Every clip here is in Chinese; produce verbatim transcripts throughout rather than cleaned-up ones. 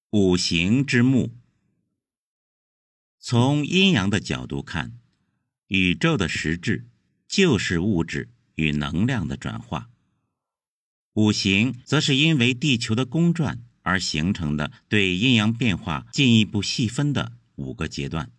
五行之木。从阴阳的角度看，宇宙的实质就是物质与能量的转化。五行则是因为地球的公转而形成的对阴阳变化进一步细分的五个阶段。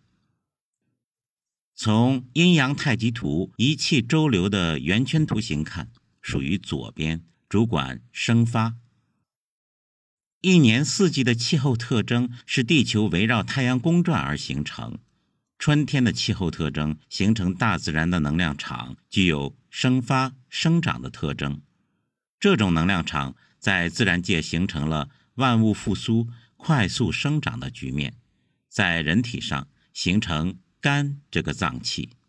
从阴阳太极图一气周流的圆圈图形看，属于左边，主管生发。一年四季的气候特征是地球围绕太阳公转而形成。春天的气候特征形成大自然的能量场，具有生发生长的特征。这种能量场在自然界形成了万物复苏、快速生长的局面，在人体上形成肝这个脏器。《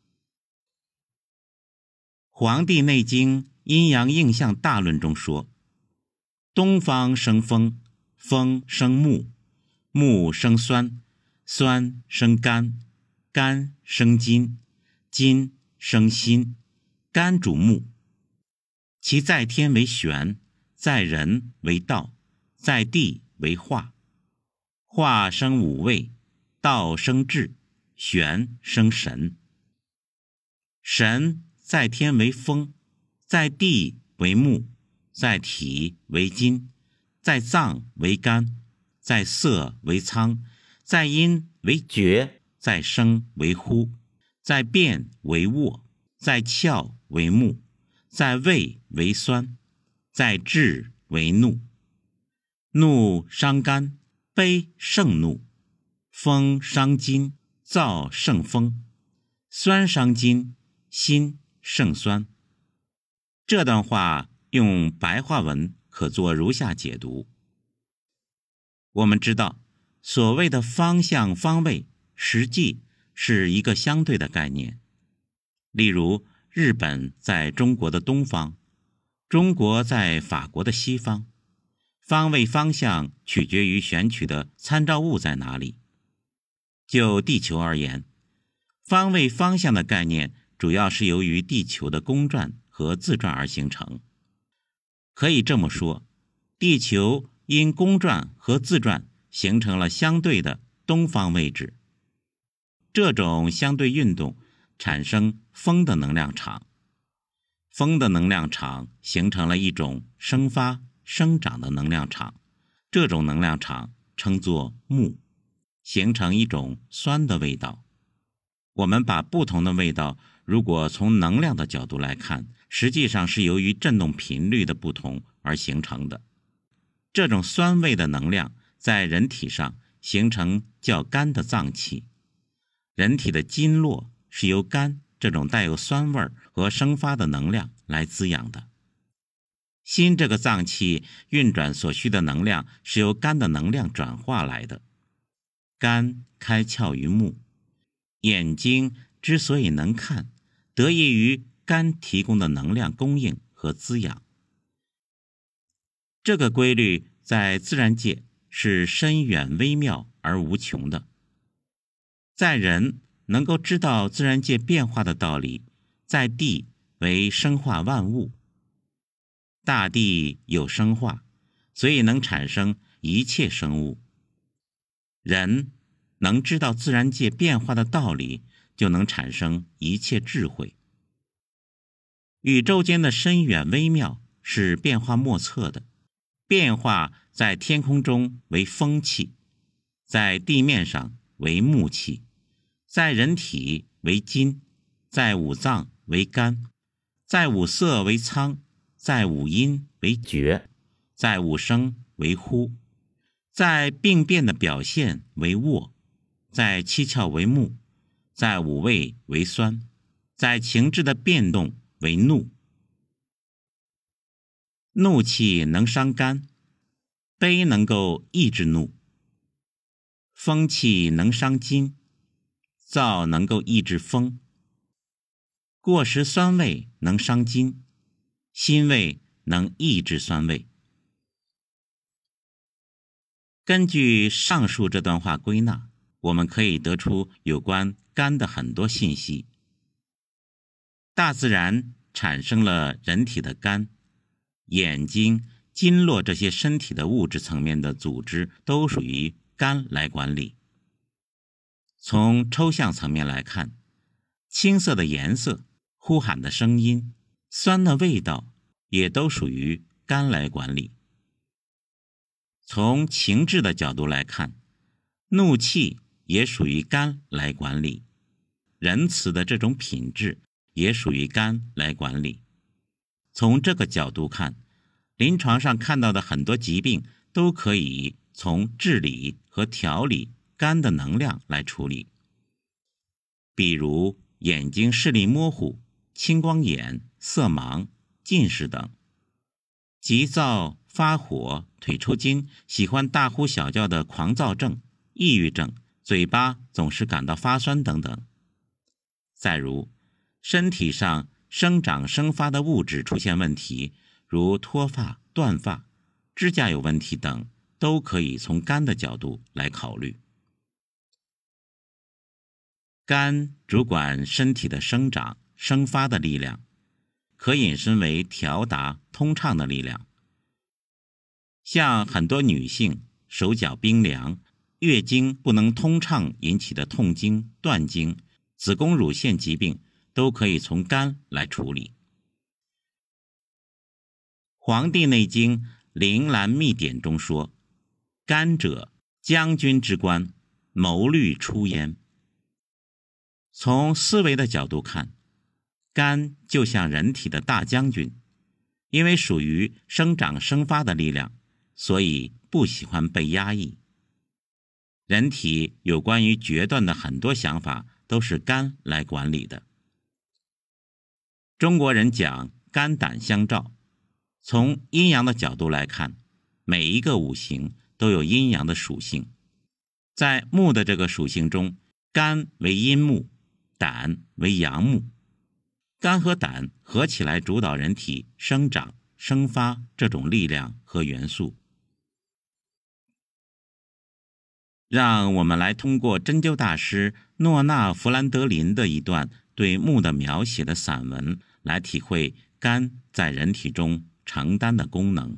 黄帝内经·阴阳应象大论》中说：东方生风，风生木，木生酸，酸生肝，肝生金，金生心，肝主木。其在天为玄，在人为道，在地为化。化生五味，道生智，玄生神。神在天为风，在地为木，在体为金，在脏为肝，在色为苍，在阴为厥，在声为呼，在变为卧，在窍为目，在胃为酸，在志为怒。怒伤肝，悲胜怒；风伤筋，燥胜风；酸伤筋，辛胜酸。这段话用白话文可做如下解读。我们知道，所谓的方向方位实际是一个相对的概念。例如，日本在中国的东方，中国在法国的西方，方位方向取决于选取的参照物在哪里。就地球而言，方位方向的概念主要是由于地球的公转和自转而形成。可以这么说，地球因公转和自转形成了相对的东方位置。这种相对运动产生风的能量场，风的能量场形成了一种生发生长的能量场，这种能量场称作木，形成一种酸的味道。我们把不同的味道如果从能量的角度来看，实际上是由于振动频率的不同而形成的。这种酸味的能量在人体上形成较肝的脏器，人体的经络是由肝这种带有酸味和生发的能量来滋养的。心这个脏器运转所需的能量是由肝的能量转化来的。肝开窍于目，眼睛之所以能看，得益于肝提供的能量供应和滋养。这个规律在自然界是深远微妙而无穷的。在人能够知道自然界变化的道理，在地为生化万物。大地有生化，所以能产生一切生物。人能知道自然界变化的道理，就能产生一切智慧。宇宙间的深远微妙是变化莫测的，变化在天空中为风气，在地面上为木气，在人体为金，在五脏为肝，在五色为苍，在五音为厥，在五声为呼，在病变的表现为卧，在七窍为目，在五味为酸，在情志的变动为怒。怒气能伤肝，悲能够抑制怒；风气能伤筋，燥能够抑制风；过食酸味能伤筋，辛味能抑制酸味。根据上述这段话归纳，我们可以得出有关肝的很多信息。大自然产生了人体的肝，眼睛、 经络这些身体的物质层面的组织都属于肝来管理。从抽象层面来看，青色的颜色、呼喊的声音、酸的味道也都属于肝来管理。从情志的角度来看，怒气也属于肝来管理，仁慈的这种品质也属于肝来管理。从这个角度看，临床上看到的很多疾病都可以从治理和调理肝的能量来处理。比如眼睛视力模糊、青光眼、色盲、近视等；急躁、发火、腿抽筋、喜欢大呼小叫的狂躁症、抑郁症、嘴巴总是感到发酸等等。再如身体上生长生发的物质出现问题，如脱发、断发、指甲有问题等，都可以从肝的角度来考虑。肝主管身体的生长生发的力量，可引申为调达通畅的力量。像很多女性手脚冰凉、月经不能通畅引起的痛经、断经、子宫乳腺疾病，都可以从肝来处理。黄帝内经灵兰秘典中说，肝者，将军之官，谋虑出焉。从思维的角度看，肝就像人体的大将军，因为属于生长生发的力量，所以不喜欢被压抑。人体有关于决断的很多想法都是肝来管理的。中国人讲肝胆相照，从阴阳的角度来看，每一个五行都有阴阳的属性。在木的这个属性中，肝为阴木，胆为阳木。肝和胆合起来主导人体生长生发这种力量和元素。让我们来通过针灸大师诺纳·弗兰德林的一段对木的描写的散文来体会肝在人体中承担的功能。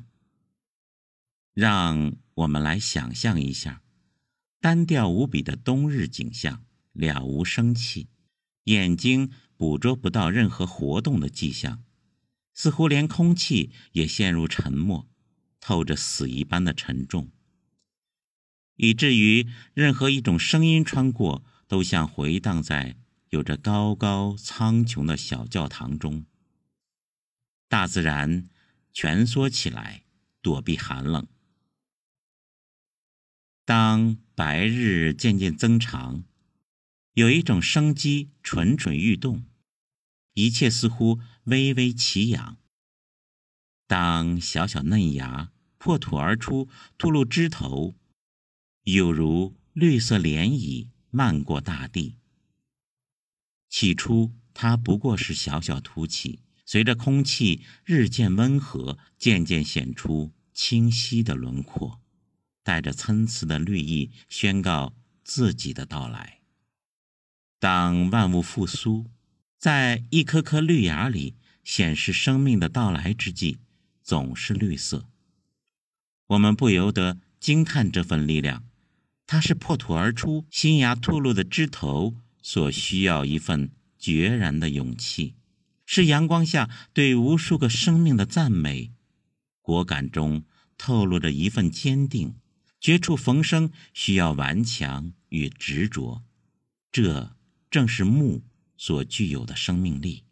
让我们来想象一下，单调无比的冬日景象，了无生气，眼睛捕捉不到任何活动的迹象，似乎连空气也陷入沉默，透着死一般的沉重，以至于任何一种声音穿过，都像回荡在有着高高苍穹的小教堂中。大自然蜷缩起来，躲避寒冷。当白日渐渐增长，有一种生机蠢蠢欲动，一切似乎微微奇痒。当小小嫩芽破土而出，吐露枝头，有如绿色涟漪漫过大地。起初它不过是小小凸起，随着空气日渐温和，渐渐显出清晰的轮廓，带着参差的绿意宣告自己的到来。当万物复苏，在一颗颗绿芽里显示生命的到来之际，总是绿色。我们不由得惊叹这份力量，它是破土而出、新芽吐露的枝头所需要一份决然的勇气，是阳光下对无数个生命的赞美，果敢中透露着一份坚定，绝处逢生需要顽强与执着，这正是木所具有的生命力。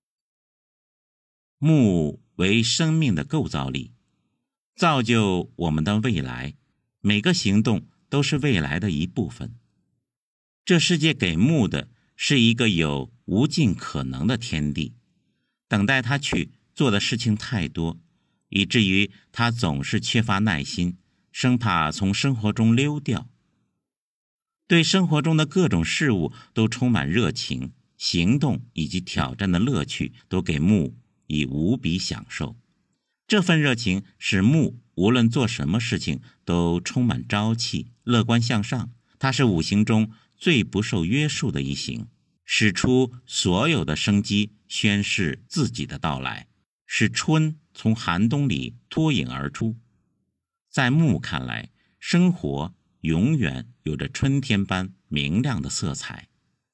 木为生命的构造力，造就我们的未来，每个行动都是未来的一部分。这世界给木的是一个有无尽可能的天地，等待他去做的事情太多，以至于他总是缺乏耐心，生怕从生活中溜掉。对生活中的各种事物都充满热情，行动以及挑战的乐趣都给木以无比享受。这份热情使木无论做什么事情都充满朝气，乐观向上。它是五行中最不受约束的一行，使出所有的生机，宣示自己的到来。 使春从寒冬里脱颖而出。在木看来，生活永远有着春天般明亮的色彩。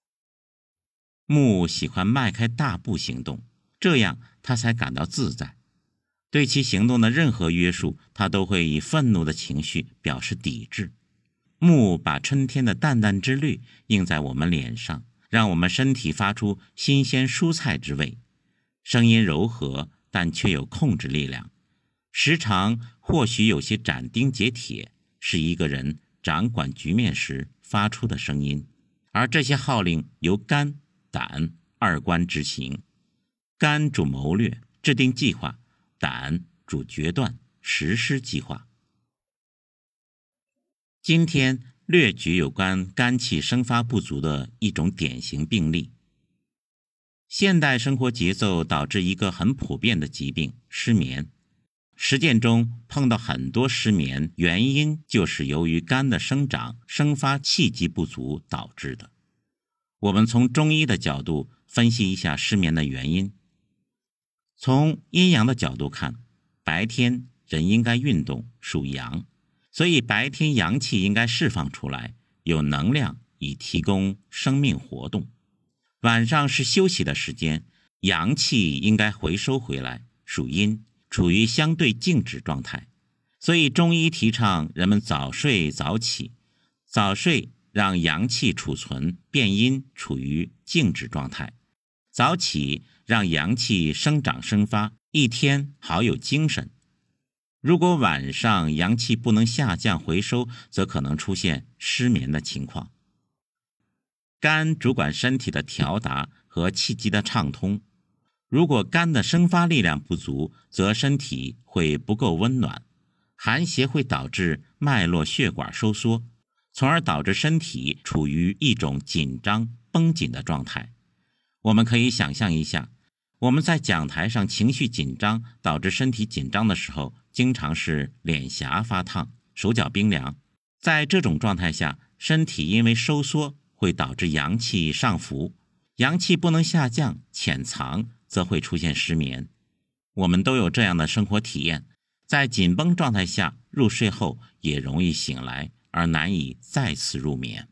木喜欢迈开大步行动，这样他才感到自在。对其行动的任何约束，他都会以愤怒的情绪表示抵制。木把春天的淡淡之绿映在我们脸上，让我们身体发出新鲜蔬菜之味。声音柔和，但却有控制力量，时常或许有些斩钉截铁，是一个人掌管局面时发出的声音。而这些号令由肝、胆二官执行。肝主谋略，制定计划；胆主决断，实施计划。今天略举有关肝气生发不足的一种典型病例。现代生活节奏导致一个很普遍的疾病——失眠。实践中碰到很多失眠，原因就是由于肝的生长生发气机不足导致的。我们从中医的角度分析一下失眠的原因。从阴阳的角度看，白天人应该运动，属阳，所以白天阳气应该释放出来，有能量以提供生命活动。晚上是休息的时间，阳气应该回收回来，属阴，处于相对静止状态。所以中医提倡人们早睡早起，早睡让阳气储存变阴，处于静止状态；早起让阳气生长生发，一天好有精神。如果晚上阳气不能下降回收，则可能出现失眠的情况。肝主管身体的调达和气机的畅通，如果肝的生发力量不足，则身体会不够温暖，寒邪会导致脉络血管收缩，从而导致身体处于一种紧张绷紧的状态。我们可以想象一下，我们在讲台上情绪紧张，导致身体紧张的时候，经常是脸颊发烫，手脚冰凉。在这种状态下，身体因为收缩会导致阳气上浮，阳气不能下降潜藏，则会出现失眠。我们都有这样的生活体验，在紧绷状态下入睡后也容易醒来，而难以再次入眠。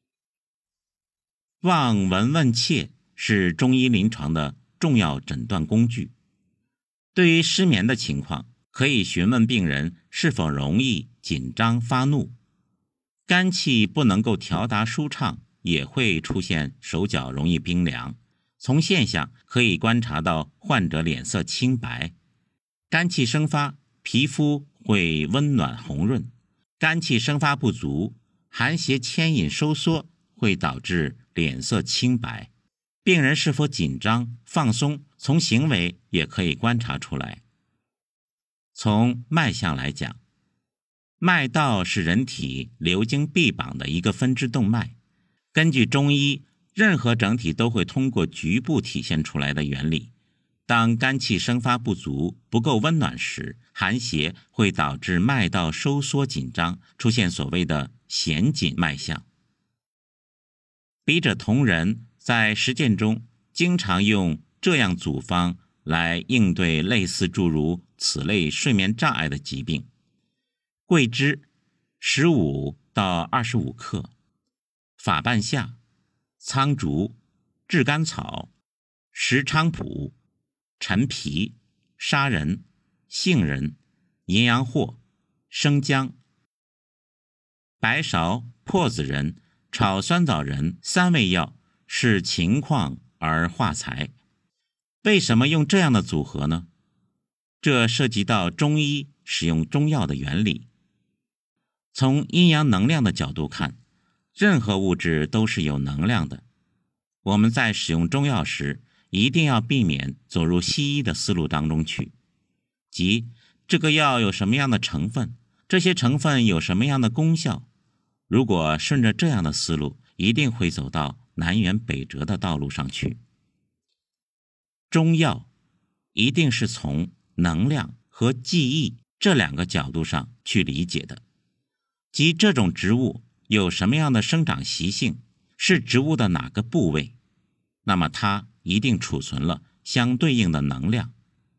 望闻问切是中医临床的重要诊断工具。对于失眠的情况，可以询问病人是否容易紧张发怒。肝气不能够调达舒畅，也会出现手脚容易冰凉。从现象可以观察到患者脸色清白。肝气生发，皮肤会温暖红润；肝气生发不足，寒邪牵引收缩，会导致脸色清白。病人是否紧张放松，从行为也可以观察出来。从脉象来讲，脉道是人体流经臂膀的一个分支动脉。根据中医，任何整体都会通过局部体现出来的原理。当肝气生发不足，不够温暖时，寒邪会导致脉道收缩紧张，出现所谓的弦紧脉象。笔者同仁在实践中经常用这样组方来应对类似诸如此类睡眠障碍的疾病。桂枝十五到二十五克，法半夏、苍竹、炙甘草、石菖蒲、陈皮、砂仁、杏仁、淫羊藿、生姜、白芍、破子仁、炒酸枣仁三味药，视情况而化裁。为什么用这样的组合呢？这涉及到中医使用中药的原理。从阴阳能量的角度看，任何物质都是有能量的。我们在使用中药时，一定要避免走入西医的思路当中去，即这个药有什么样的成分，这些成分有什么样的功效。如果顺着这样的思路，一定会走到南辕北辙的道路上去。中药一定是从能量和记忆这两个角度上去理解的，即这种植物有什么样的生长习性，是植物的哪个部位，那么它一定储存了相对应的能量。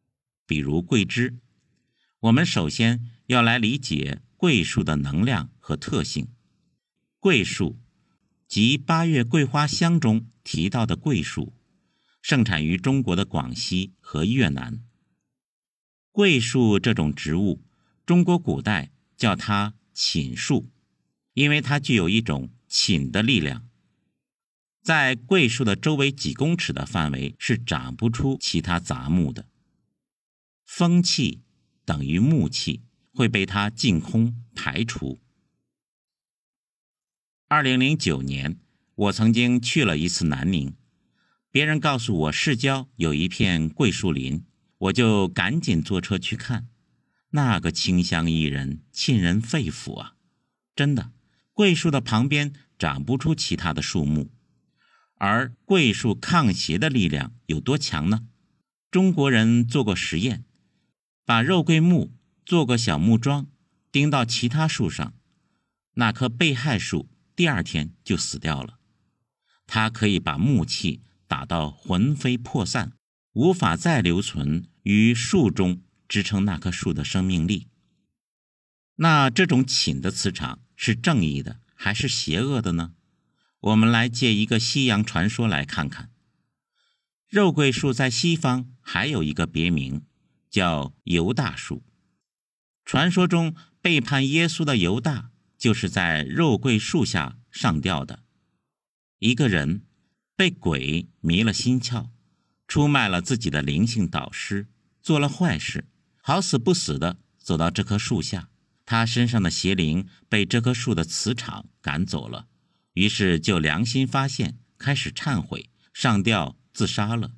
比如桂枝。我们首先要来理解桂树的能量和特性。桂树即八月桂花香中提到的桂树，盛产于中国的广西和越南。桂树这种植物，中国古代叫它寝树，因为它具有一种寝的力量。在桂树的周围几公尺的范围是长不出其他杂木的。风气等于木气，会被它净空排除。二零零九年，我曾经去了一次南宁，别人告诉我市郊有一片桂树林，我就赶紧坐车去看。那个清香宜人，沁人肺腑啊！真的，桂树的旁边长不出其他的树木。而桂树抗邪的力量有多强呢？中国人做过实验，把肉桂木做个小木桩，钉到其他树上，那棵被害树第二天就死掉了。它可以把木气打到魂飞魄散，无法再留存于树中，支撑那棵树的生命力。那这种寝的磁场是正义的还是邪恶的呢？我们来借一个西洋传说来看看。肉桂树在西方还有一个别名，叫犹大树。传说中背叛耶稣的犹大就是在肉桂树下上吊的。一个人被鬼迷了心窍，出卖了自己的灵性导师，做了坏事，好死不死的走到这棵树下，他身上的邪灵被这棵树的磁场赶走了，于是就良心发现，开始忏悔，上吊自杀了。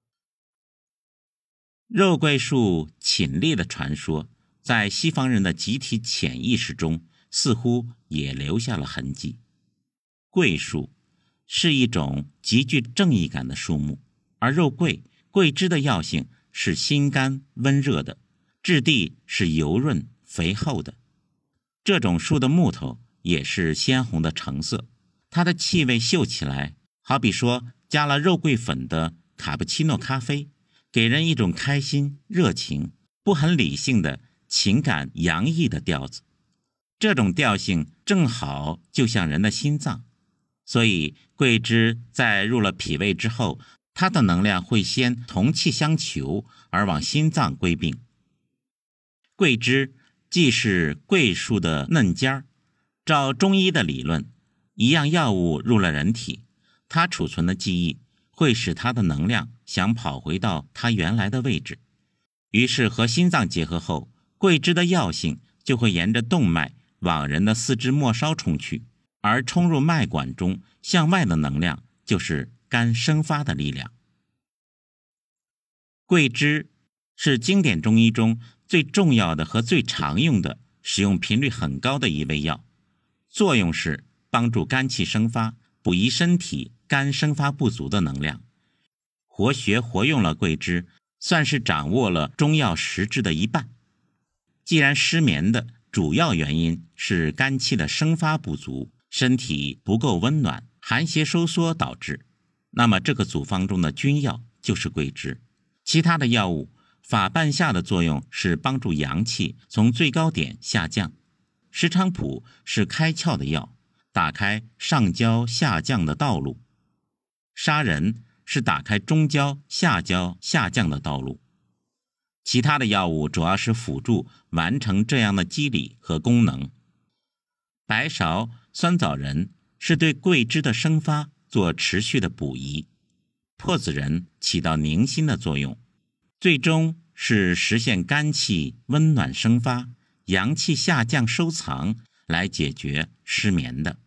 肉桂树寝力的传说，在西方人的集体潜意识中似乎也留下了痕迹。桂树是一种极具正义感的树木，而肉桂桂枝的药性是心肝温热的，质地是油润肥厚的。这种树的木头也是鲜红的橙色，它的气味嗅起来好比说加了肉桂粉的卡布奇诺咖啡，给人一种开心、热情、不很理性的情感洋溢的调子。这种调性正好就像人的心脏，所以桂枝在入了脾胃之后，它的能量会先同气相求，而往心脏归并。桂枝既是桂树的嫩尖儿，照中医的理论，一样药物入了人体，它储存的记忆会使它的能量想跑回到它原来的位置，于是和心脏结合后，桂枝的药性就会沿着动脉往人的四肢末梢冲去，而冲入脉管中向外的能量就是肝生发的力量。桂枝是经典中医中最重要的和最常用的，使用频率很高的一味药，作用是帮助肝气生发，补益身体肝生发不足的能量。活学活用了桂枝，算是掌握了中药实质的一半。既然失眠的主要原因是肝气的生发不足，身体不够温暖，寒邪收缩导致，那么这个组方中的君药就是桂枝。其他的药物法半夏的作用是帮助阳气从最高点下降，石菖蒲是开窍的药，打开上焦下降的道路，砂仁是打开中焦下焦下降的道路。其他的药物主要是辅助完成这样的机理和功能。白芍、酸枣仁是对桂枝的生发做持续的补益，破子仁起到宁心的作用，最终是实现肝气温暖生发，阳气下降收藏，来解决失眠的。